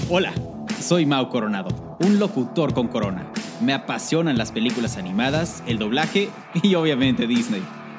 Hola, soy Mau Coronado, un locutor con corona. Me apasionan las películas animadas, el doblaje y obviamente Disney.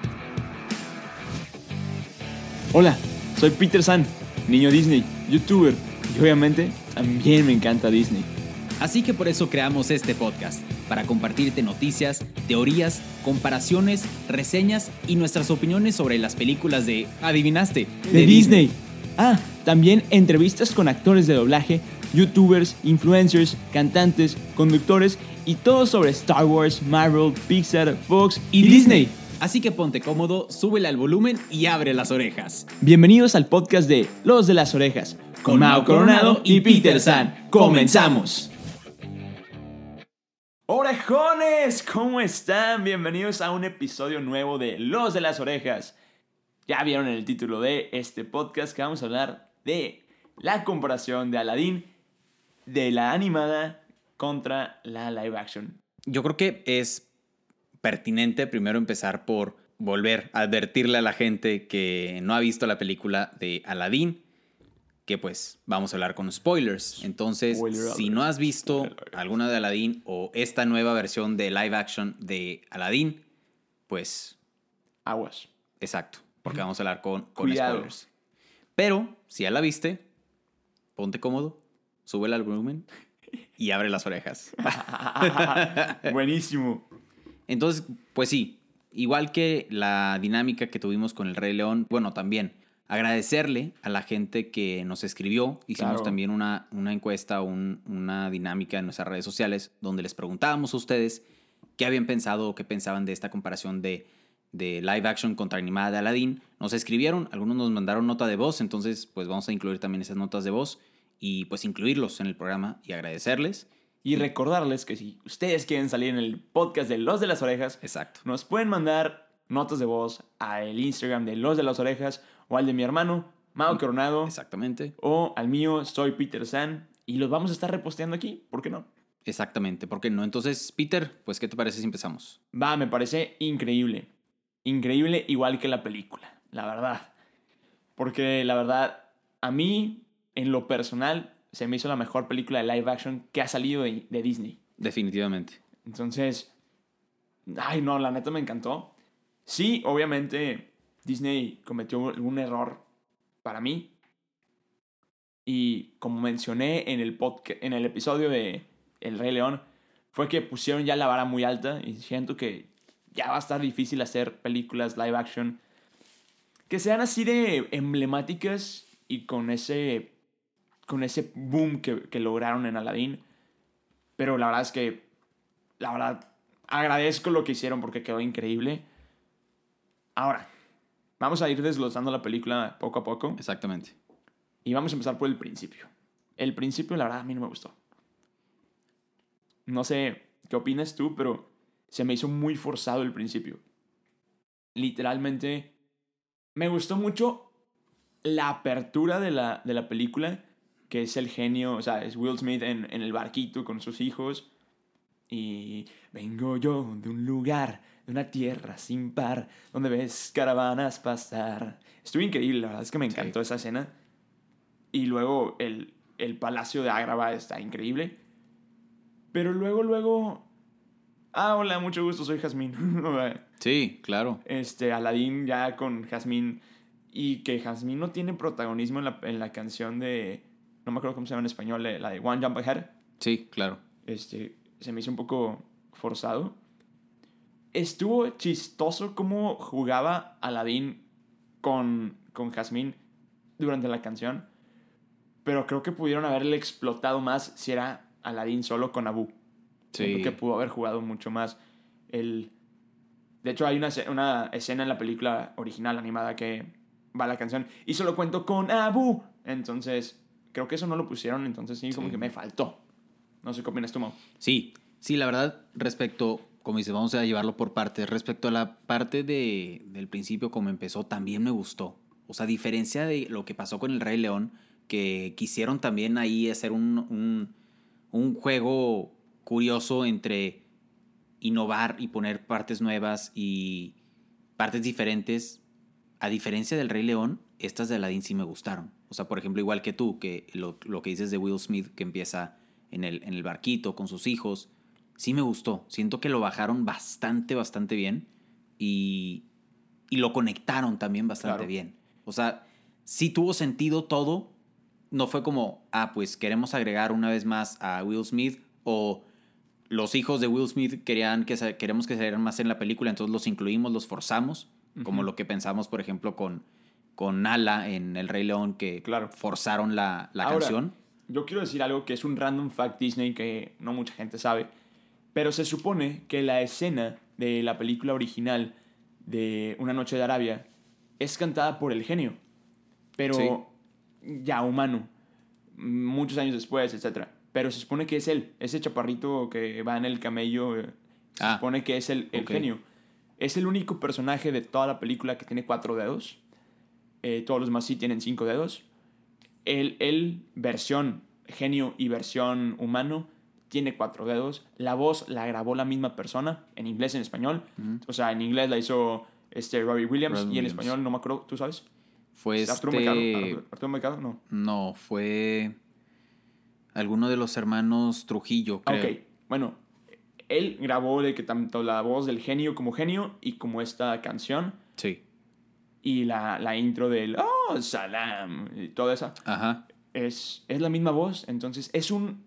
Hola, soy Peter San, niño Disney, youtuber y obviamente también me encanta Disney. Así que por eso creamos este podcast, para compartirte noticias, teorías, comparaciones, reseñas y nuestras opiniones sobre las películas de, ¿adivinaste? De Disney. También entrevistas con actores de doblaje, youtubers, influencers, cantantes, conductores y todo sobre Star Wars, Marvel, Pixar, Fox y Disney. Así que ponte cómodo, súbele al volumen y abre las orejas. Bienvenidos al podcast de Los de las Orejas, con Mau Coronado y Peter San. ¡Comenzamos! ¡Orejones! ¿Cómo están? Bienvenidos a un episodio nuevo de Los de las Orejas. Ya vieron el título de este podcast que vamos a hablar de la comparación de Aladdin de la animada contra la live action. Yo creo que es pertinente primero empezar por volver a advertirle a la gente que no ha visto la película de Aladdin, que pues vamos a hablar con spoilers. Entonces, si no has visto alguna de Aladdin o esta nueva versión de live action de Aladdin, pues aguas. Exacto, porque vamos a hablar con spoilers. Pero, si ya la viste, ponte cómodo, súbela al volumen y abre las orejas. Buenísimo. Entonces, pues sí, igual que la dinámica que tuvimos con el Rey León, bueno, también agradecerle a la gente que nos escribió. Hicimos también una encuesta, una dinámica en nuestras redes sociales donde les preguntábamos a ustedes qué habían pensado o qué pensaban de esta comparación de live action contra animada de Aladdin. Nos escribieron, algunos nos mandaron nota de voz, entonces pues vamos a incluir también esas notas de voz y pues incluirlos en el programa y agradecerles. Y recordarles que si ustedes quieren salir en el podcast de Los de las Orejas, exacto, nos pueden mandar notas de voz al Instagram de Los de las Orejas o al de mi hermano, Mau Coronado. Exactamente. O al mío, soy Peter San. Y los vamos a estar reposteando aquí, ¿por qué no? Exactamente, ¿por qué no? Entonces, Peter, pues, ¿qué te parece si empezamos? Va, me parece increíble. Increíble igual que la película, la verdad. Porque la verdad, a mí, en lo personal, se me hizo la mejor película de live action que ha salido de Disney. Definitivamente. Entonces, ay no, la neta me encantó. Sí, obviamente Disney cometió algún error para mí. Y como mencioné en en el episodio de El Rey León, fue que pusieron ya la vara muy alta y siento que ya va a estar difícil hacer películas live action que sean así de emblemáticas y con ese boom que lograron en Aladdin. Pero la verdad es que, agradezco lo que hicieron porque quedó increíble. Ahora, vamos a ir desglosando la película poco a poco. Exactamente. Y vamos a empezar por el principio. El principio, la verdad, a mí no me gustó. No sé qué opinas tú, pero se me hizo muy forzado el principio. Literalmente, me gustó mucho la apertura de la película, que es el genio, o sea, es Will Smith en el barquito con sus hijos. Y vengo yo de un lugar, de una tierra sin par, donde ves caravanas pasar. Estuvo increíble, la verdad es que me encantó esa escena. Y luego el palacio de Agrabah está increíble. Pero luego... hola, mucho gusto, soy Jazmín. Sí, claro. Aladdin ya con Jazmín. Y que Jazmín no tiene protagonismo en la canción de... No me acuerdo cómo se llama en español, la de One Jump Ahead. Sí, claro. Se me hizo un poco forzado. Estuvo chistoso cómo jugaba Aladdin con Jazmín durante la canción. Pero creo que pudieron haberle explotado más si era Aladdin solo con Abu. Sí. Creo que pudo haber jugado mucho más. De hecho, hay una escena en la película original animada que va la canción y solo cuento con Abu. Entonces, creo que eso no lo pusieron. Entonces, sí, como que me faltó. No sé qué opinas tú, Mo. Sí, la verdad, respecto, como dices, vamos a llevarlo por partes. Respecto a la parte del principio, como empezó, también me gustó. O sea, a diferencia de lo que pasó con el Rey León, que quisieron también ahí hacer un juego curioso entre innovar y poner partes nuevas y partes diferentes. A diferencia del Rey León, estas de Aladdin sí me gustaron. O sea, por ejemplo, igual que tú, que lo que dices de Will Smith, que empieza en el barquito con sus hijos, sí me gustó. Siento que lo bajaron bastante, bastante bien y lo conectaron también bastante bien. O sea, sí tuvo sentido todo. No fue como, pues queremos agregar una vez más a Will Smith, o los hijos de Will Smith queremos que salieran más en la película, entonces los incluimos, los forzamos, como lo que pensamos, por ejemplo, con Nala en El Rey León, que forzaron la canción. Yo quiero decir algo que es un random fact Disney que no mucha gente sabe, pero se supone que la escena de la película original de Una Noche de Arabia es cantada por el genio, pero ya humano, muchos años después, etc. Pero se supone que es él, ese chaparrito que va en el camello, se supone que es el genio. Es el único personaje de toda la película que tiene 4 dedos. Todos los demás sí tienen 5 dedos. Él, versión genio y versión humano, tiene 4 dedos. La voz la grabó la misma persona, en inglés y en español. O sea, en inglés la hizo Robbie Williams y en español, no me acuerdo, ¿tú sabes? Fue ¿Arturo Mercado? No. No, fue alguno de los hermanos Trujillo, creo. Ok, bueno, él grabó de que tanto la voz del genio y como esta canción. Sí. Y la intro del "Oh, Salam", y toda esa. Ajá. Es la misma voz. Entonces, es un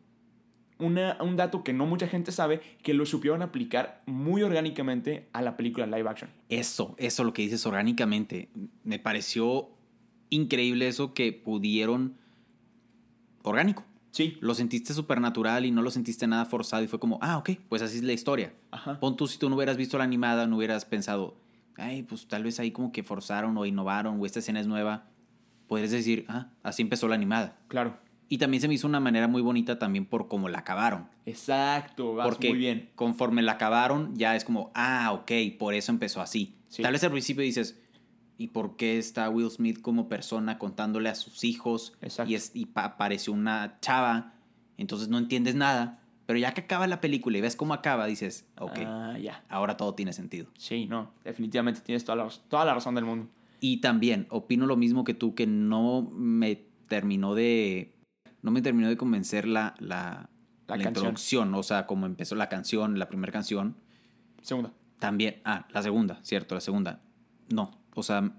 dato que no mucha gente sabe, que lo supieron aplicar muy orgánicamente a la película live action. Eso, lo que dices orgánicamente. Me pareció increíble eso que pudieron... Orgánico. Sí. Lo sentiste súper natural y no lo sentiste nada forzado y fue como, ok, pues así es la historia. Ajá. Pon tú, si tú no hubieras visto la animada, no hubieras pensado, pues tal vez ahí como que forzaron o innovaron o esta escena es nueva. Podrías decir, así empezó la animada. Claro. Y también se me hizo una manera muy bonita también por cómo la acabaron. Exacto, vas porque muy bien. Conforme la acabaron, ya es como, ok, por eso empezó así. Sí. Tal vez al principio dices, ¿y por qué está Will Smith como persona contándole a sus hijos? Exacto. Y apareció una chava, entonces no entiendes nada. Pero ya que acaba la película y ves cómo acaba, dices, ok, ya. Ahora todo tiene sentido. Sí, no, definitivamente tienes toda la razón del mundo. Y también opino lo mismo que tú, que no me terminó de convencer la introducción, o sea, como empezó la canción, la primera canción. Segunda. También, la segunda, cierto, la segunda. No, o sea,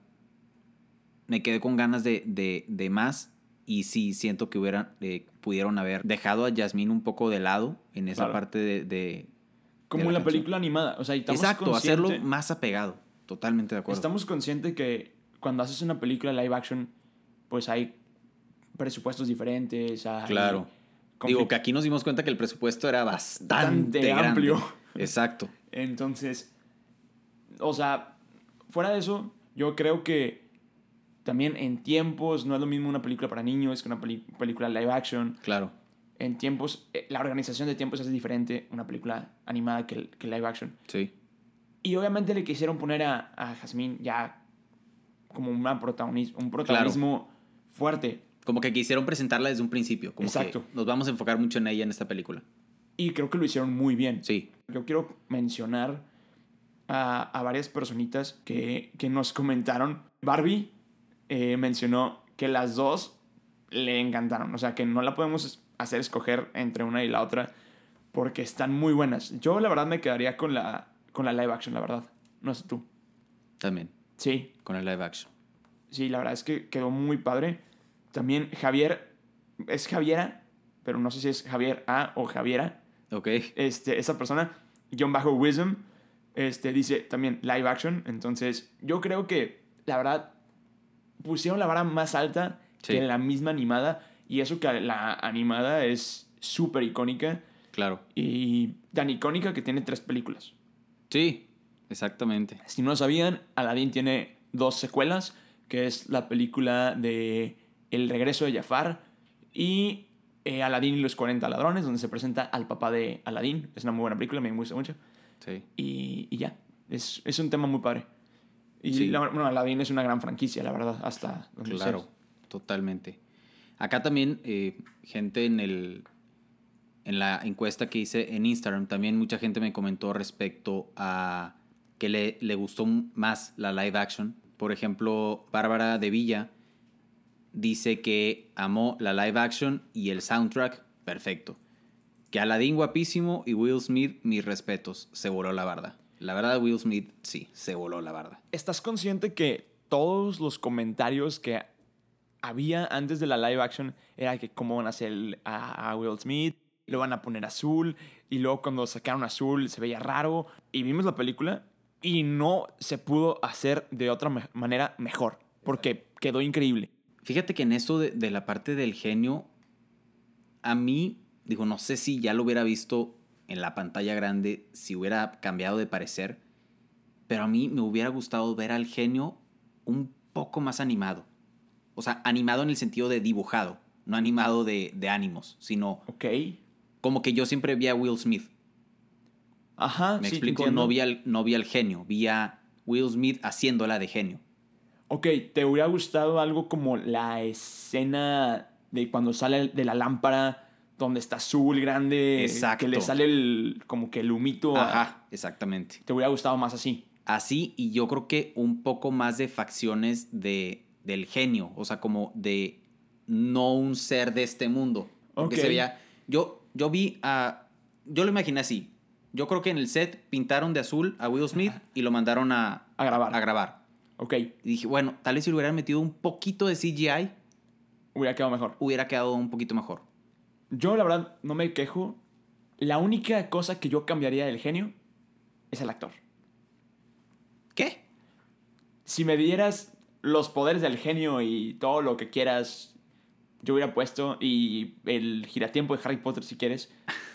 me quedé con ganas de más y sí siento que pudieron haber dejado a Yasmín un poco de lado en esa parte de como en la película animada, o sea, exacto, hacerlo más apegado, totalmente de acuerdo. Estamos conscientes que cuando haces una película live action, pues hay presupuestos diferentes. Claro. Digo que aquí nos dimos cuenta que el presupuesto era bastante amplio. Grande. Exacto. Entonces, o sea, fuera de eso, yo creo que también en tiempos no es lo mismo una película para niños que una película live action. Claro. En tiempos, la organización de tiempos es diferente una película animada que live action. Sí. Y obviamente le quisieron poner a Jasmine ya como un protagonismo fuerte. Como que quisieron presentarla desde un principio. Como exacto. Que nos vamos a enfocar mucho en ella en esta película. Y creo que lo hicieron muy bien. Sí. Yo quiero mencionar a varias personitas que nos comentaron. Barbie mencionó que las dos le encantaron. O sea, que no la podemos hacer escoger entre una y la otra porque están muy buenas. Yo, la verdad, me quedaría con la live action, la verdad. No sé tú. También. Sí. Con el live action. Sí, la verdad es que quedó muy padre. También Javier, es Javiera, pero no sé si es Javier A o Javiera. Ok. Esa persona, _wisdom, dice también live action. Entonces, yo creo que, la verdad, pusieron la vara más alta que la misma animada. Y eso que la animada es súper icónica. Claro. Y tan icónica que tiene 3 películas. Sí, exactamente. Si no lo sabían, Aladdin tiene 2 secuelas, que es la película de El regreso de Jafar y Aladdin y los 40 ladrones, donde se presenta al papá de Aladdin. Es una muy buena película, me gusta mucho. Sí. Y ya, es un tema muy padre. Y sí. Aladdin es una gran franquicia, la verdad, hasta donde claro, totalmente. Acá también, gente en la encuesta que hice en Instagram, también mucha gente me comentó respecto a que le gustó más la live action. Por ejemplo, Bárbara de Villa dice que amó la live action y el soundtrack, perfecto. Que Aladdin guapísimo y Will Smith, mis respetos, se voló la barda. La verdad, Will Smith, sí, se voló la barda. ¿Estás consciente que todos los comentarios que había antes de la live action era que cómo van a hacer a Will Smith, lo van a poner azul, y luego cuando sacaron azul se veía raro, y vimos la película y no se pudo hacer de otra manera mejor, porque quedó increíble. Fíjate que en eso de la parte del genio, a mí, digo, no sé si ya lo hubiera visto en la pantalla grande, si hubiera cambiado de parecer, pero a mí me hubiera gustado ver al genio un poco más animado. O sea, animado en el sentido de dibujado, no animado de ánimos, sino Ok. como que yo siempre vi a Will Smith. Ajá, ¿Me sí, explico? entiendo. No vi al genio, vi a Will Smith haciéndola de genio. Ok, ¿te hubiera gustado algo como la escena de cuando sale de la lámpara, donde está azul grande, Exacto. que le sale como que el humito? Ajá, exactamente. ¿Te hubiera gustado más así? Así, y yo creo que un poco más de facciones del genio, o sea, como de no un ser de este mundo. Porque Ok. se veía, yo lo imaginé así. Yo creo que en el set pintaron de azul a Will Smith y lo mandaron A grabar. a grabar. Ok, Y dije, bueno, tal vez si le hubieran metido un poquito de CGI, hubiera quedado mejor. hubiera quedado un poquito mejor. Yo, la verdad, no me quejo. La única cosa que yo cambiaría del genio es el actor. ¿Qué? Si me dieras los poderes del genio y todo lo que quieras, yo hubiera puesto, y el giratiempo de Harry Potter si quieres,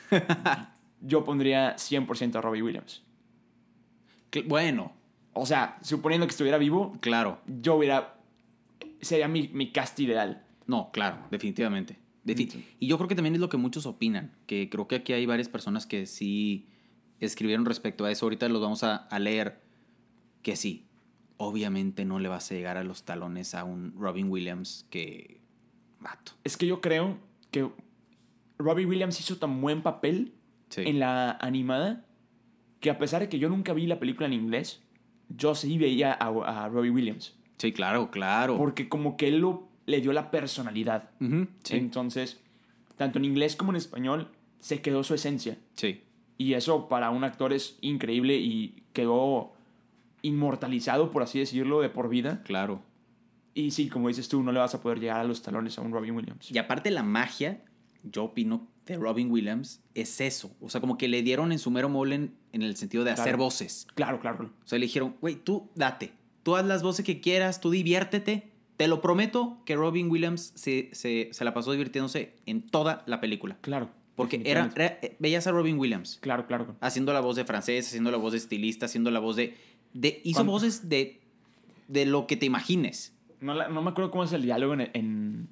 yo pondría 100% a Robbie Williams. Bueno, O sea, suponiendo que estuviera vivo, claro. yo hubiera... Sería mi cast ideal. No, claro, definitivamente. Y yo creo que también es lo que muchos opinan, que creo que aquí hay varias personas que sí escribieron respecto a eso. Ahorita los vamos a leer, que sí, obviamente no le vas a llegar a los talones a un Robin Williams que... Vato. Es que yo creo que Robbie Williams hizo tan buen papel Sí. en la animada que, a pesar de que yo nunca vi la película en inglés, yo sí veía a Robbie Williams. Sí, claro, claro. Porque como que él le dio la personalidad. Ujú, sí. Entonces, tanto en inglés como en español, se quedó su esencia. Sí. Y eso para un actor es increíble y quedó inmortalizado, por así decirlo, de por vida. Claro. Y sí, como dices tú, no le vas a poder llegar a los talones a un Robin Williams. Y aparte la magia, yo opino, de Robin Williams es eso. O sea, como que le dieron en su mero mole en el sentido de hacer voces. Claro, claro. O sea, le dijeron, güey, tú date. Tú haz las voces que quieras, tú diviértete. Te lo prometo que Robin Williams se la pasó divirtiéndose en toda la película. Claro. Porque definitivamente. veías a Robin Williams Claro, claro. haciendo la voz de francés, haciendo la voz de estilista, haciendo la voz hizo voces de lo que te imagines. No me acuerdo cómo es el diálogo en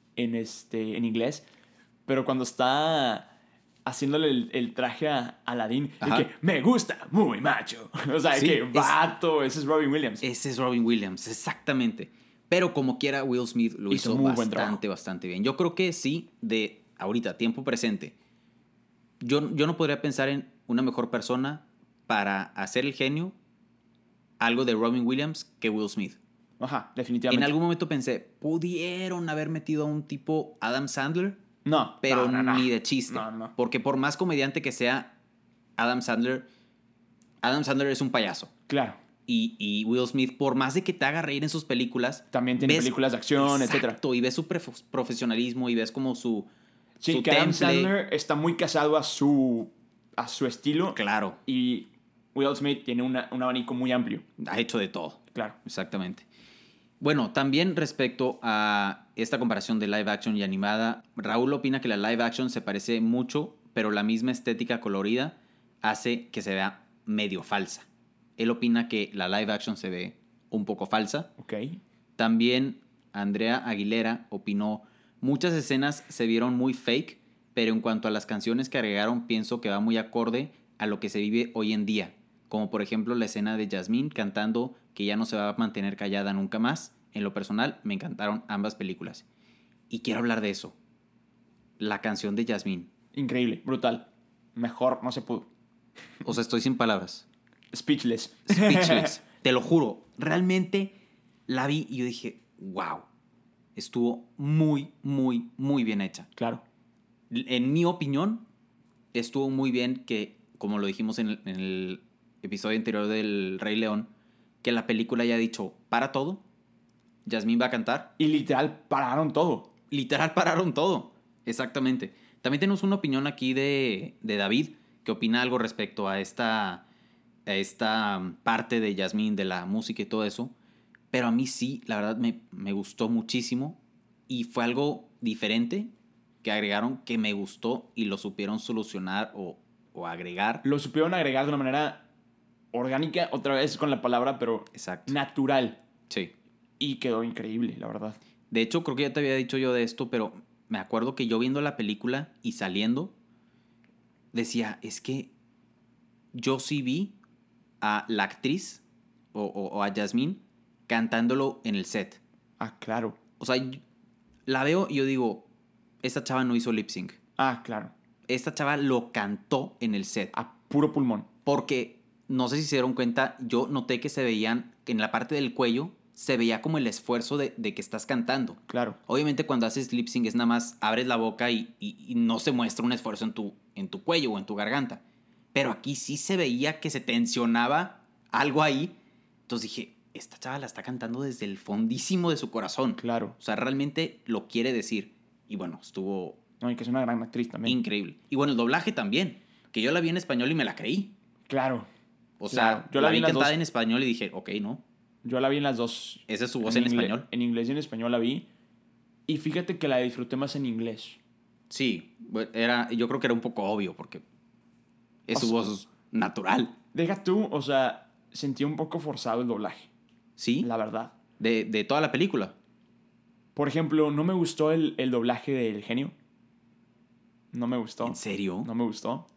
inglés, pero cuando está haciéndole el traje a Aladdin, de que me gusta muy macho. O sea, Sí, que vato, ese es Robin Williams. Ese es Robin Williams, exactamente. Pero como quiera, Will Smith lo hizo muy buen trabajo. bastante bien. Yo creo que sí, de ahorita, tiempo presente, yo no podría pensar en una mejor persona para hacer el genio, algo de Robin Williams, que Will Smith. Ajá, definitivamente. En algún momento pensé, pudieron haber metido a un tipo Adam Sandler, No, pero no. ni de chiste. No. Porque por más comediante que sea Adam Sandler es un payaso. Claro. Y Will Smith, por más de que te haga reír en sus películas... También tiene películas de acción, etc. Exacto, y ves su profesionalismo y ves como su Sí, su que Adam temple. Sandler está muy casado a su estilo. Claro, Y Will Smith tiene un abanico muy amplio. ha hecho de todo. Claro. Exactamente. Bueno, también respecto a esta comparación de live action y animada, Raúl opina que la live action se parece mucho, pero la misma estética colorida hace que se vea medio falsa. Él opina que la live action se ve un poco falsa. Ok. También Andrea Aguilera opinó, muchas escenas se vieron muy fake, pero en cuanto a las canciones que agregaron, pienso que va muy acorde a lo que se vive hoy en día. Como por ejemplo la escena de Jasmine cantando que ya no se va a mantener callada nunca más. En lo personal, me encantaron ambas películas. Y quiero hablar de eso. La canción de Jasmine. Increíble, brutal. Mejor no se pudo. O sea, estoy sin palabras. Speechless. Speechless. Te lo juro. Realmente la vi y yo dije, wow. estuvo muy, muy, muy bien hecha. Claro. En mi opinión, estuvo muy bien que, como lo dijimos en el episodio anterior del Rey León, que la película haya dicho, para todo, Jasmine va a cantar. Y literal pararon todo. Literal pararon todo, exactamente. También tenemos una opinión aquí de David, que opina algo respecto a esta parte de Jasmine, de la música y todo eso. Pero a mí sí, la verdad me gustó muchísimo y fue algo diferente que agregaron que me gustó y lo supieron solucionar o agregar. Lo supieron agregar de una manera orgánica, otra vez con la palabra, pero Exacto. natural. Sí. Y quedó increíble, la verdad. De hecho, creo que ya te había dicho yo de esto, pero me acuerdo que yo viendo la película y saliendo, decía, es que yo sí vi a la actriz o a Jasmine cantándolo en el set. Ah, claro. O sea, la veo y yo digo, esta chava no hizo lip sync. Ah, claro. Esta chava lo cantó en el set. A puro pulmón. Porque, no sé si se dieron cuenta, yo noté que se veían, que en la parte del cuello, se veía como el esfuerzo de que estás cantando. Claro. Obviamente cuando haces lip sync es nada más abres la boca y no se muestra un esfuerzo en tu cuello o en tu garganta. Pero aquí sí se veía que se tensionaba algo ahí. Entonces dije, esta chava la está cantando desde el fondísimo de su corazón. Claro. O sea, realmente lo quiere decir. Y bueno, estuvo No, y que es una gran actriz también. increíble. Y bueno, el doblaje también. Que yo la vi en español y me la creí. Claro. O Claro. sea, Yo la la vi vi en las cantada dos. en español y dije, ok, no. Yo la vi en las dos. Esa es su voz en español. En inglés y en español la vi. Y fíjate que la disfruté más en inglés. Sí, yo creo que era un poco obvio porque es su sea, voz natural. Deja tú, o sea, sentí un poco forzado el doblaje. ¿Sí? La verdad. De toda la película. Por ejemplo, no me gustó el doblaje del genio. No me gustó. ¿En serio? No me gustó.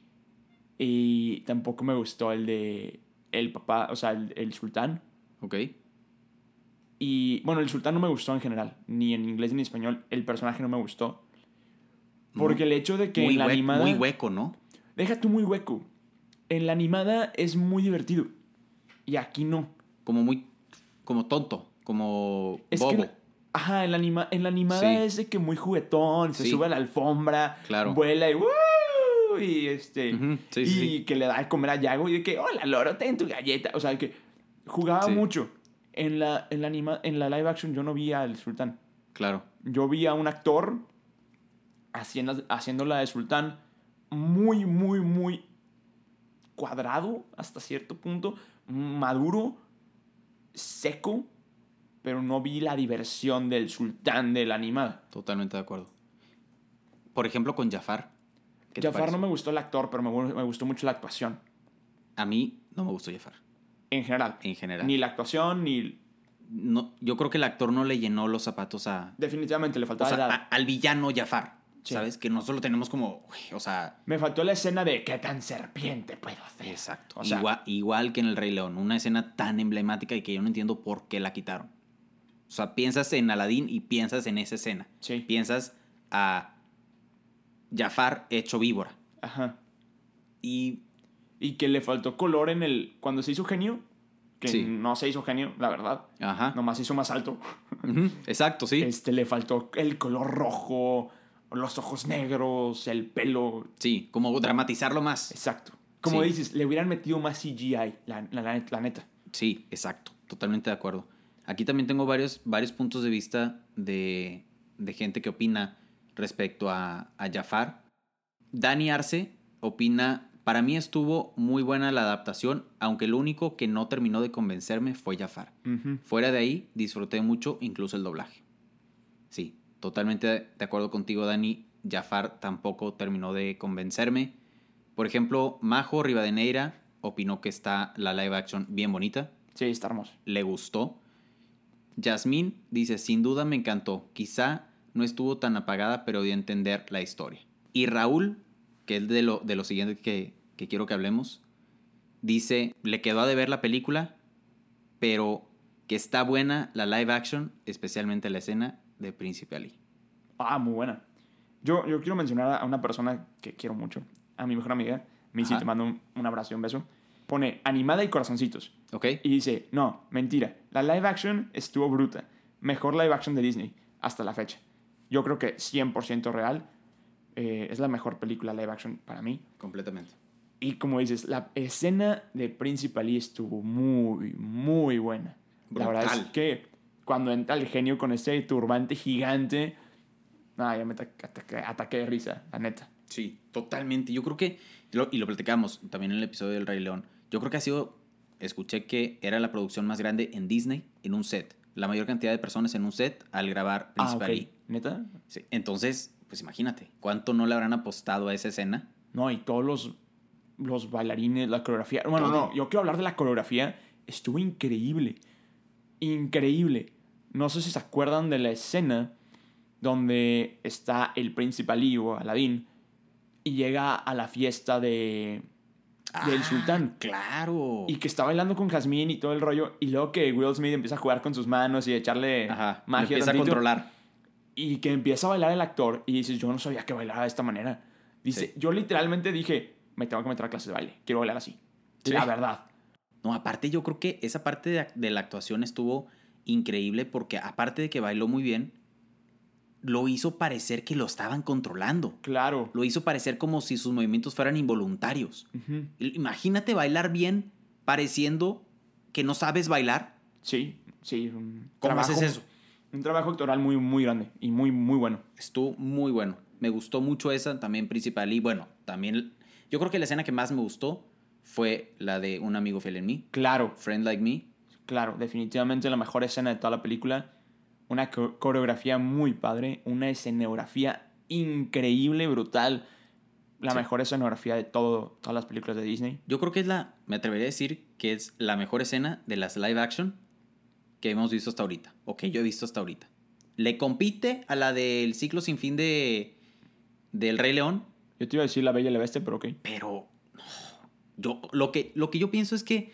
Y tampoco me gustó el de el papá, o sea, el sultán. Ok. Y bueno, el sultán no me gustó en general. Ni en inglés ni en español. El personaje no me gustó. Porque el hecho de que en la animada... Muy hueco, ¿no? Deja tú muy hueco. En la animada es muy divertido. Y aquí no. Como tonto, como Es bobo. que, ajá, en la animada Sí. es de que muy juguetón, se Sí. sube a la alfombra, Claro. vuela y ¡woo! Y Ujú, sí, y sí. que le da de comer a Yago y de que, hola, loro, ten tu galleta. O sea, que jugaba Sí. mucho. En la live action yo no vi al sultán. Claro. Yo vi a un actor haciéndola de sultán muy, muy, muy cuadrado hasta cierto punto, maduro, seco, pero no vi la diversión del sultán de la animada. Totalmente de acuerdo. Por ejemplo, con Jafar. ¿Qué te Jafar pareció? no me gustó el actor, pero me gustó mucho la actuación. A mí no me gustó Jafar. En general. En general. Ni la actuación, ni... No, yo creo que el actor no le llenó los zapatos a... Definitivamente le O faltaba sea, edad. al villano Jafar. Sí. ¿Sabes? Que nosotros lo tenemos como... O sea... Me faltó la escena de qué tan serpiente puedo hacer. Exacto. O sea, igual que en El Rey León. Una escena tan emblemática y que yo no entiendo por qué la quitaron. O sea, piensas en Aladín y piensas en esa escena. Sí. Piensas a Jafar hecho víbora. Ajá. Y Y que le faltó color en el... Cuando se hizo genio, que Sí. no se hizo genio, la verdad. Ajá. Nomás se hizo más alto. Ujú, exacto, sí. Le faltó el color rojo, los ojos negros, el pelo. Sí, como dramatizarlo más. Exacto. Como Sí. dices, le hubieran metido más CGI, la neta. Sí, exacto. Totalmente de acuerdo. Aquí también tengo varios puntos de vista de gente que opina respecto a Jafar. Dani Arce opina, para mí estuvo muy buena la adaptación, aunque lo único que no terminó de convencerme fue Jafar. Uh-huh. Fuera de ahí, disfruté mucho incluso el doblaje. Sí, totalmente de acuerdo contigo, Dani. Jafar tampoco terminó de convencerme. Por ejemplo, Majo Rivadeneira opinó que está la live action bien bonita. Sí, está hermoso. Le gustó. Yasmín dice, sin duda me encantó. Quizá no estuvo tan apagada, pero dio a entender la historia. Y Raúl, que es de lo siguiente que quiero que hablemos, dice, le quedó a deber la película, pero que está buena la live action, especialmente la escena de Príncipe Ali. Ah, muy buena. Yo quiero mencionar a una persona que quiero mucho, a mi mejor amiga. Missy, Ajá. te mando un abrazo y un beso. Pone animada y corazoncitos. ¿Ok? Y dice, no, mentira. La live action estuvo bruta. Mejor live action de Disney. hasta la fecha. Yo creo que 100% real. Es la mejor película live action para mí. Completamente. Y como dices, la escena de Príncipe Ali estuvo muy, muy buena. Brutal. La verdad es que cuando entra el genio con ese turbante gigante, ya me ataqué de risa, la neta. Sí, totalmente. Yo creo que, y lo platicamos también en el episodio del Rey León, yo creo que escuché que era la producción más grande en Disney en un set. La mayor cantidad de personas en un set al grabar Príncipe Ali. ¿Neta? Sí. Entonces, pues imagínate, ¿cuánto no le habrán apostado a esa escena? No, y todos los bailarines, la coreografía. Bueno, no, yo quiero hablar de la coreografía. Estuvo increíble. Increíble. No sé si se acuerdan de la escena donde está el príncipe Ali o Aladín y llega a la fiesta del sultán. ¡Claro! Y que está bailando con Jasmine y todo el rollo. Y luego que Will Smith empieza a jugar con sus manos y echarle magia. Empieza a controlar. Y que empieza a bailar el actor. Y dices, yo no sabía que bailaba de esta manera. Dice, Sí. Yo literalmente dije, me tengo que meter a clases de baile. Quiero bailar así. Sí. La verdad. No, aparte yo creo que esa parte de la actuación estuvo increíble porque aparte de que bailó muy bien, lo hizo parecer que lo estaban controlando. Claro. Lo hizo parecer como si sus movimientos fueran involuntarios. Uh-huh. Imagínate bailar bien pareciendo que no sabes bailar. Sí. ¿Cómo haces eso? Un trabajo actoral muy, muy grande y muy, muy bueno. Estuvo muy bueno. Me gustó mucho esa, también Príncipe Ali. Bueno, también yo creo que la escena que más me gustó fue la de Un amigo fiel en mí. Claro. Friend Like Me. Claro, definitivamente la mejor escena de toda la película. Una coreografía muy padre, una escenografía increíble, brutal. La mejor escenografía de todas las películas de Disney. Yo creo que me atrevería a decir que es la mejor escena de las live action que hemos visto hasta ahorita, o que yo he visto hasta ahorita. Le compite a la del ciclo sin fin del Rey León. Yo te iba a decir La Bella y la Bestia, pero ok. Pero lo que yo pienso es que,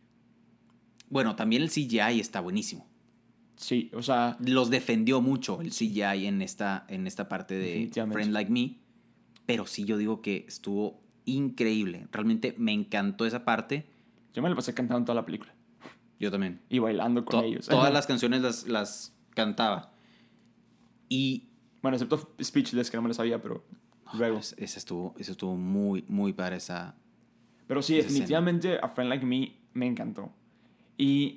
bueno, también el CGI está buenísimo. Sí, o sea... Los defendió mucho el CGI en esta parte de Friend Like Me. Pero sí, yo digo que estuvo increíble. Realmente me encantó esa parte. Yo me la pasé cantando toda la película. Yo también. Y bailando con ellos. Todas las canciones las cantaba. Y... Bueno, excepto Speechless, que no me lo sabía, pero luego. Esa estuvo muy, muy padre esa... Pero sí, definitivamente A Friend Like Me me encantó. Y...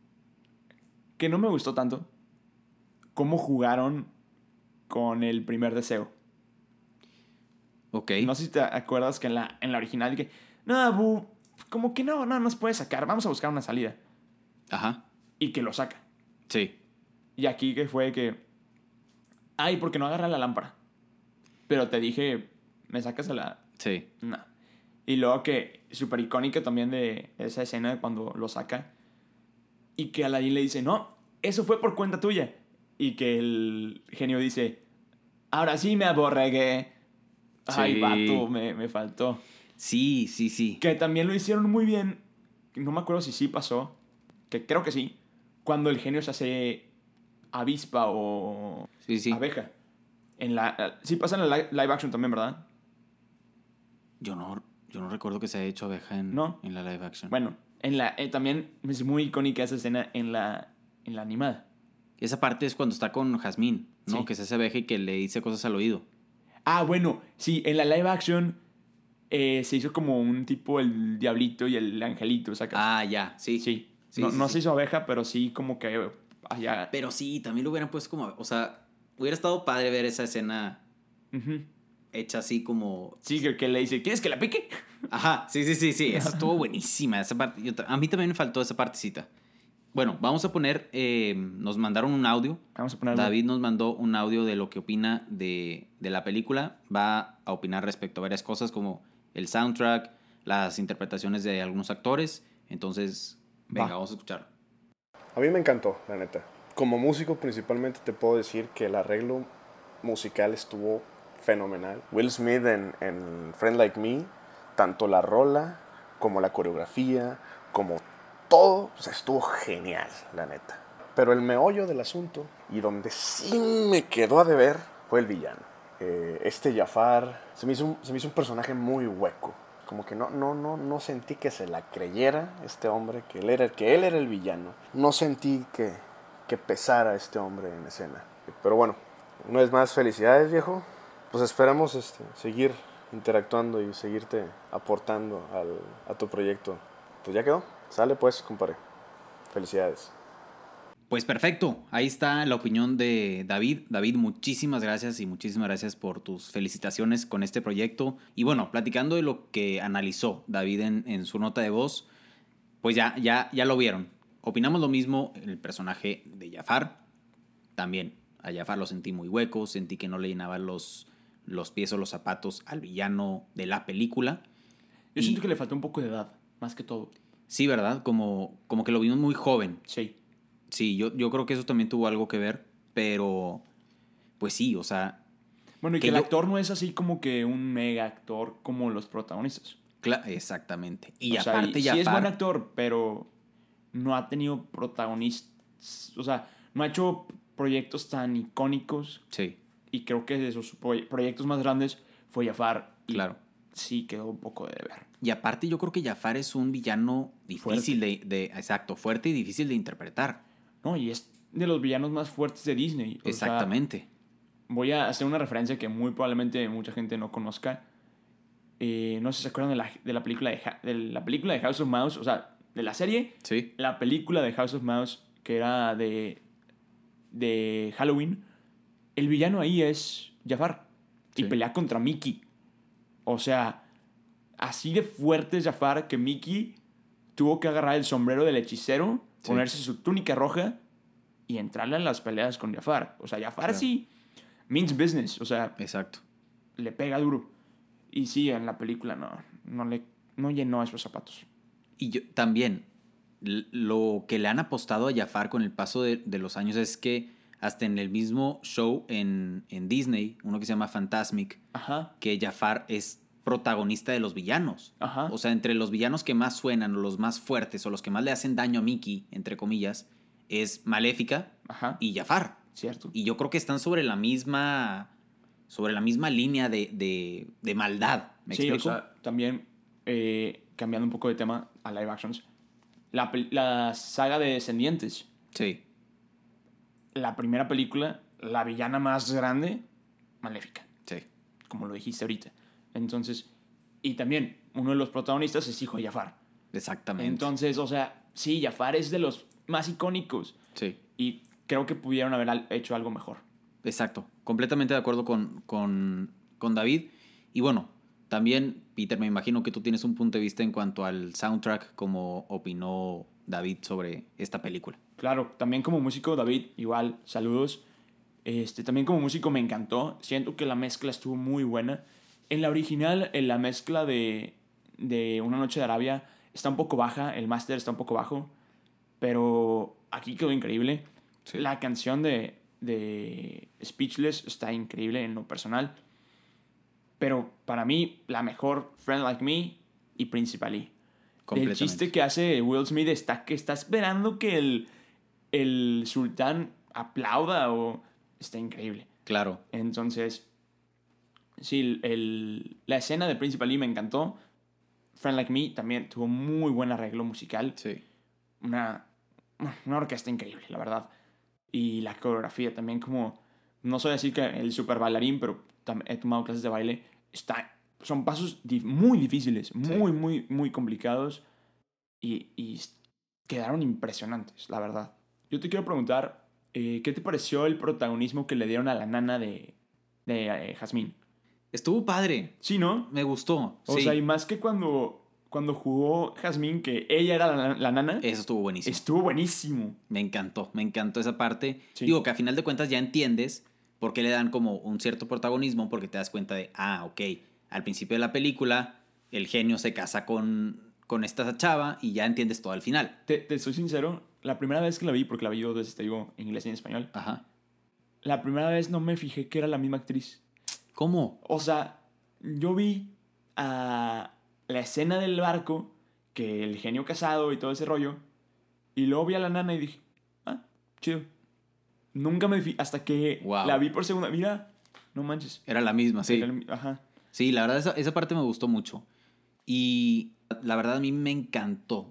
que no me gustó tanto cómo jugaron con el primer deseo. Ok. No sé si te acuerdas que en la original que... No, Bu, como que no nos puede sacar. Vamos a buscar una salida. Ajá. Y que lo saca. Sí. Y aquí que fue que... Ay, porque no agarra la lámpara. Pero te dije, ¿me sacas a la...? Sí. No. Y luego que súper icónica también de esa escena cuando lo saca. Y que Aladdin le dice, no, eso fue por cuenta tuya. Y que el genio dice, ahora sí me aborregué. Sí. Ay, vato, me faltó. Sí. Que también lo hicieron muy bien. No me acuerdo si sí pasó. Que creo que sí. Cuando el genio se hace avispa o Sí. abeja. Sí pasa en la live action también, ¿verdad? Yo no recuerdo que se haya hecho abeja en la live action. Bueno, también es muy icónica esa escena en la animada. Esa parte es cuando está con Jasmine, ¿no? Sí. Que se hace abeja y que le dice cosas al oído. Ah, bueno, sí, en la live action se hizo como un tipo el diablito y el angelito, ¿sacas? Ah, ya, sí. Sí. Sí, no se hizo abeja, pero sí como que allá... Pero sí, también lo hubieran puesto como... O sea, hubiera estado padre ver esa escena hecha así como... Sí, que le dice, ¿quieres que la pique? Ajá, sí. Esa estuvo buenísima, esa parte. A mí también me faltó esa partecita. Bueno, vamos a poner... nos mandaron un audio. Vamos a ponerlo. David nos mandó un audio de lo que opina de la película. Va a opinar respecto a varias cosas como el soundtrack, las interpretaciones de algunos actores. Entonces, venga, vamos a escucharlo. A mí me encantó, la neta. Como músico principalmente te puedo decir que el arreglo musical estuvo fenomenal. Will Smith en Friend Like Me, tanto la rola como la coreografía, como todo, o sea, estuvo genial, la neta. Pero el meollo del asunto, y donde sí me quedó a deber, fue el villano. Jafar se me hizo un personaje muy hueco. Como que no sentí que se la creyera este hombre, que él era el villano. No sentí que pesara este hombre en escena. Pero bueno, una vez más, felicidades, viejo. Pues esperamos seguir interactuando y seguirte aportando a tu proyecto. Pues ya quedó. Sale pues, compadre. Felicidades. Pues perfecto, ahí está la opinión de David. David, muchísimas gracias y muchísimas gracias por tus felicitaciones con este proyecto. Y bueno, platicando de lo que analizó David en su nota de voz, pues ya lo vieron. Opinamos lo mismo en el personaje de Jafar. También a Jafar lo sentí muy hueco, sentí que no le llenaba los pies o los zapatos al villano de la película. Yo siento que le faltó un poco de edad, más que todo. Sí, ¿verdad? Como que lo vimos muy joven. Sí. Sí, yo creo que eso también tuvo algo que ver, pero pues sí, o sea... Bueno, y que el actor no es así como que un mega actor como los protagonistas. Exactamente. Y o aparte sea, Jafar... sí es buen actor, pero no ha tenido protagonistas. O sea, no ha hecho proyectos tan icónicos. Sí. Y creo que de esos proyectos más grandes fue Jafar. Y claro. sí quedó un poco de ver. Y aparte yo creo que Jafar es un villano difícil exacto, fuerte y difícil de interpretar. No, y es de los villanos más fuertes de Disney. Exactamente. Sea, voy a hacer una referencia que muy probablemente mucha gente no conozca. No sé si se acuerdan de la película de House of Mouse. O sea, de la serie. Sí. La película de House of Mouse, que era de Halloween. El villano ahí es Jafar. Sí. Y pelea contra Mickey. O sea, así de fuerte es Jafar que Mickey tuvo que agarrar el sombrero del hechicero, sí. Ponerse su túnica roja y entrarle en las peleas con Jafar. O sea, Jafar sí means business. O sea, exacto. Le pega duro. Y sí, en la película no llenó esos zapatos. Y yo también, lo que le han apostado a Jafar con el paso de los años es que hasta en el mismo show en Disney, uno que se llama Fantasmic, ajá. que Jafar es protagonista de los villanos. Ajá. O sea, entre los villanos que más suenan, o los más fuertes, o los que más le hacen daño a Mickey, entre comillas, es Maléfica ajá. y Jafar. Cierto. Y yo creo que están sobre la misma línea de maldad. ¿Me explico? O sea, también, cambiando un poco de tema a live actions, la saga de Descendientes. Sí. La primera película, la villana más grande, Maléfica. Sí. Como lo dijiste ahorita. Entonces, y también, uno de los protagonistas es hijo de Jafar. Exactamente. Entonces, o sea, sí, Jafar es de los más icónicos. Sí. Y creo que pudieron haber hecho algo mejor. Exacto. Completamente de acuerdo con David. Y bueno, también, Peter, me imagino que tú tienes un punto de vista en cuanto al soundtrack, como opinó David sobre esta película. Claro, también como músico, David, igual, saludos. También como músico me encantó. Siento que la mezcla estuvo muy buena. En la original, en la mezcla de Una Noche de Arabia está un poco baja, el máster está un poco bajo, pero aquí quedó increíble. Sí. La canción de Speechless está increíble en lo personal. Pero para mí, la mejor, Friend Like Me y Principally. El chiste que hace Will Smith que está esperando que el sultán aplauda o está increíble. Claro. Entonces, sí, la escena de Principally me encantó. Friend Like Me también tuvo muy buen arreglo musical. Sí. Una orquesta increíble, la verdad. Y la coreografía también, como... No soy así que el super bailarín, pero he tomado clases de baile. Son pasos muy difíciles, muy, sí. muy, muy complicados. Y quedaron impresionantes, la verdad. Yo te quiero preguntar, ¿qué te pareció el protagonismo que le dieron a la nana de Jazmín? Estuvo padre. Sí, ¿no? Me gustó. O sea, y más que cuando jugó Jazmín, que ella era la nana. Eso estuvo buenísimo. Estuvo buenísimo. Me encantó esa parte. Sí. Digo que a final de cuentas ya entiendes por qué le dan como un cierto protagonismo, porque te das cuenta de, ok, al principio de la película el genio se casa con esta chava y ya entiendes todo al final. Te soy sincero, la primera vez que la vi, porque la vi 2 veces, te digo, en inglés y en español. Ajá. La primera vez no me fijé que era la misma actriz. ¿Cómo? O sea, yo vi a la escena del barco, que el genio casado y todo ese rollo, y luego vi a la nana y dije, chido. Nunca me fijé, hasta que la vi por segunda. Mira, no manches. Era la misma, sí. Ajá. Sí, la verdad esa parte me gustó mucho. Y la verdad a mí me encantó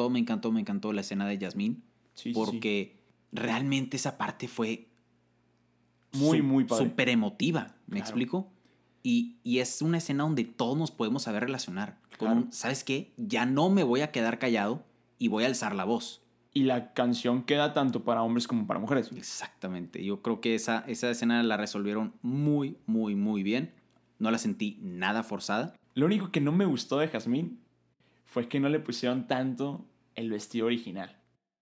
la escena de Jazmín. Sí, porque realmente esa parte fue muy padre. Súper emotiva, ¿me Claro. explico? Y es una escena donde todos nos podemos saber relacionar. Con Claro. ¿sabes qué? Ya no me voy a quedar callado y voy a alzar la voz. Y la canción queda tanto para hombres como para mujeres. Exactamente. Yo creo que esa escena la resolvieron muy, muy, muy bien. No la sentí nada forzada. Lo único que no me gustó de Jasmine fue que no le pusieron tanto el vestido original.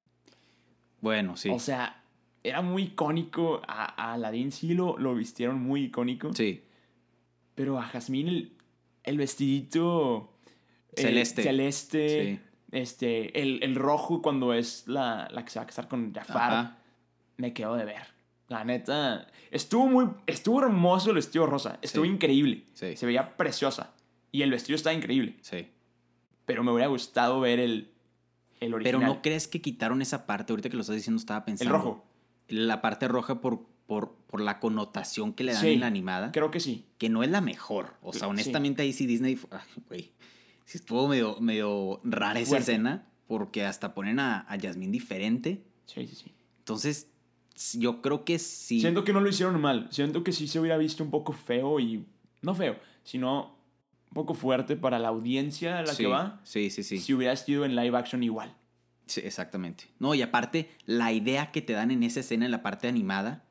Bueno, sí. O sea, era muy icónico. A Aladdin sí lo vistieron muy icónico. Sí. Pero a Jasmine el vestidito Celeste. celeste, Sí. el rojo cuando es la que se va a casar con Jafar, Ajá. me quedó de ver. La neta, estuvo hermoso el vestido rosa, estuvo Sí. increíble, Sí. se veía preciosa y el vestido estaba increíble, Sí. pero me hubiera gustado ver el original. Pero ¿no crees que quitaron esa parte? Ahorita que lo estás diciendo estaba El pensando. rojo. La parte roja por la connotación que le dan Sí, en la animada. creo que sí. Que no es la mejor. O sea, Sí. honestamente ahí sí Disney... Güey. Sí estuvo medio rara esa Fuerte. escena. Porque hasta ponen a Jasmine diferente. Sí. Entonces, yo creo que sí. Siento que no lo hicieron mal. Siento que sí se hubiera visto un poco feo y... No feo, sino un poco fuerte para la audiencia a la Sí, que va. sí. Si hubiera sido en live action igual. Sí, exactamente. No, y aparte, la idea que te dan en esa escena en la parte animada...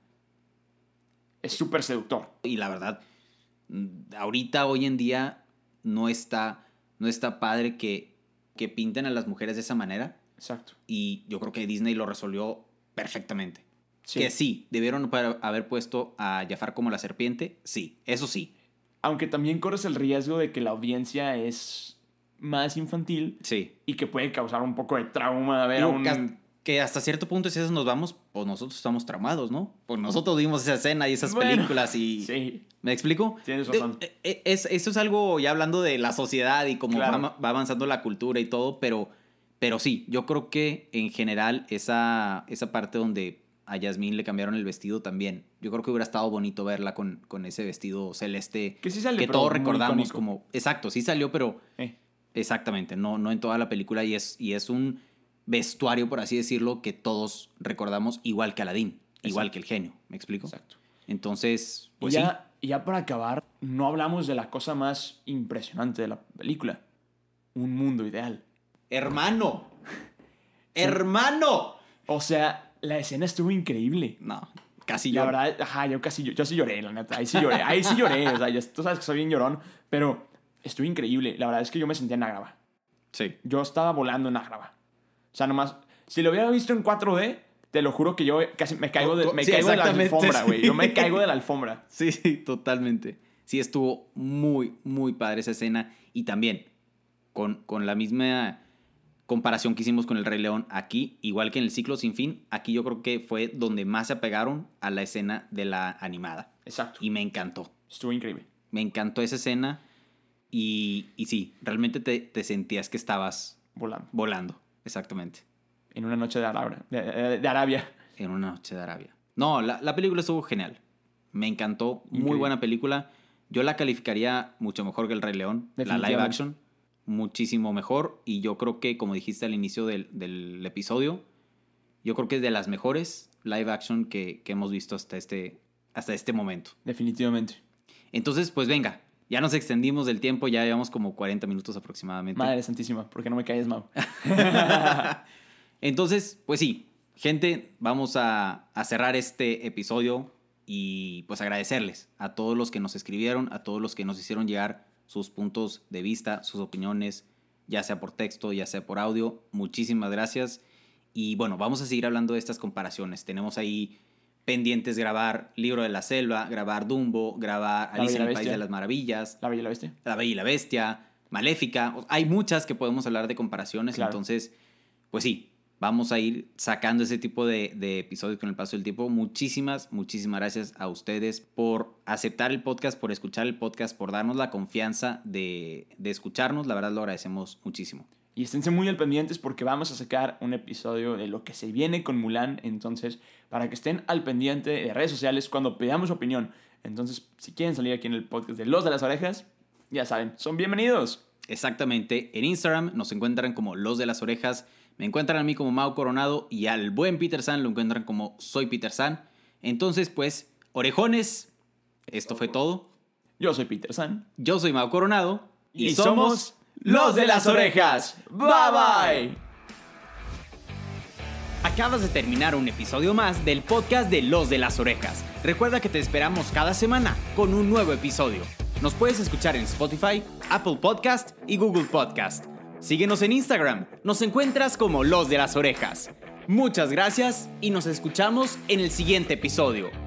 Es súper seductor. Y la verdad, ahorita, hoy en día, no está padre que pinten a las mujeres de esa manera. Exacto. Y yo creo que Disney lo resolvió perfectamente. Sí. Que sí, debieron haber puesto a Jafar como la serpiente. Sí, eso sí. Aunque también corres el riesgo de que la audiencia es más infantil Sí. y que puede causar un poco de trauma ver a Digo, un... que hasta cierto punto, si eso nos vamos, pues nosotros estamos tramados, ¿no? Pues nosotros vimos esa escena y esas Bueno, películas y... Sí, ¿Me explico? tienes razón. Eso es algo ya hablando de la sociedad y cómo Claro. va avanzando la cultura y todo, pero sí, yo creo que en general esa parte donde a Yasmín le cambiaron el vestido también, yo creo que hubiera estado bonito verla con ese vestido celeste Que sí sale, que pero todos muy recordamos icónico. como... Exacto, sí salió, pero Eh, exactamente, no en toda la película y es un vestuario, por así decirlo, que todos recordamos igual que Aladdin, igual que el genio, ¿me explico? exacto. Entonces, pues y, sí. y ya para acabar, no hablamos de la cosa más impresionante de la película. Un mundo ideal. ¡Hermano! ¡Hermano! O sea, la escena estuvo increíble. No, casi La yo. verdad, ajá, yo sí lloré, la neta. Ahí sí lloré. O sea, tú sabes que soy bien llorón, pero estuvo increíble. La verdad es que yo me sentía en Ágrava. Sí. Yo estaba volando en Ágrava. O sea, nomás, si lo hubiera visto en 4D, te lo juro que yo casi me caigo de, Sí, caigo de la exactamente, alfombra, güey. sí. Yo me caigo de la alfombra. Sí, totalmente. Sí, estuvo muy, muy padre esa escena. Y también, con la misma comparación que hicimos con el Rey León aquí, igual que en el Ciclo Sin Fin, aquí yo creo que fue donde más se apegaron a la escena de la animada. Exacto. Y me encantó. Estuvo increíble. Me encantó esa escena. Y sí, realmente te sentías que estabas Volando. volando. Exactamente. En una noche de Arabia. De Arabia. En una noche de Arabia. No, la película estuvo genial. Me encantó. Muy Increíble. buena película. Yo la calificaría mucho mejor que El Rey León. La live Definitivamente. action. Muchísimo mejor. Y yo creo que, como dijiste al inicio del episodio, yo creo que es de las mejores live action que hemos visto hasta este momento. Definitivamente. Entonces, pues venga. Ya nos extendimos del tiempo. Ya llevamos como 40 minutos aproximadamente. Madre santísima, ¿por qué no me calles, Mau? Entonces, pues sí, gente, vamos a cerrar este episodio y pues agradecerles a todos los que nos escribieron, a todos los que nos hicieron llegar sus puntos de vista, sus opiniones, ya sea por texto, ya sea por audio. Muchísimas gracias. Y bueno, vamos a seguir hablando de estas comparaciones. Tenemos ahí pendientes grabar Libro de la Selva, grabar Dumbo, grabar La Alicia Bella en y el la País de Bestia. las Maravillas, ¿La Bella y la Bestia? La Bella y la Bestia, Maléfica. Hay muchas que podemos hablar de comparaciones. Claro. Entonces, pues sí, vamos a ir sacando ese tipo de episodios con el paso del tiempo. Muchísimas gracias a ustedes por aceptar el podcast, por escuchar el podcast, por darnos la confianza de escucharnos. La verdad lo agradecemos muchísimo. Y esténse muy al pendientes porque vamos a sacar un episodio de lo que se viene con Mulan. Entonces, para que estén al pendiente de redes sociales cuando pidamos opinión. Entonces, si quieren salir aquí en el podcast de Los de las Orejas, ya saben, son bienvenidos. Exactamente. En Instagram nos encuentran como Los de las Orejas. Me encuentran a mí como Mau Coronado y al buen Peter San lo encuentran como Soy Peter San. Entonces, pues, Orejones, esto fue todo. Yo soy Peter San. Yo soy Mau Coronado. Y somos los de las orejas. Bye bye. Acabas de terminar un episodio más del podcast de Los de las Orejas. Recuerda que te esperamos cada semana con un nuevo episodio. Nos puedes escuchar en Spotify, Apple Podcast y Google Podcast. Síguenos en Instagram. Nos encuentras como Los de las Orejas. Muchas gracias y nos escuchamos en el siguiente episodio.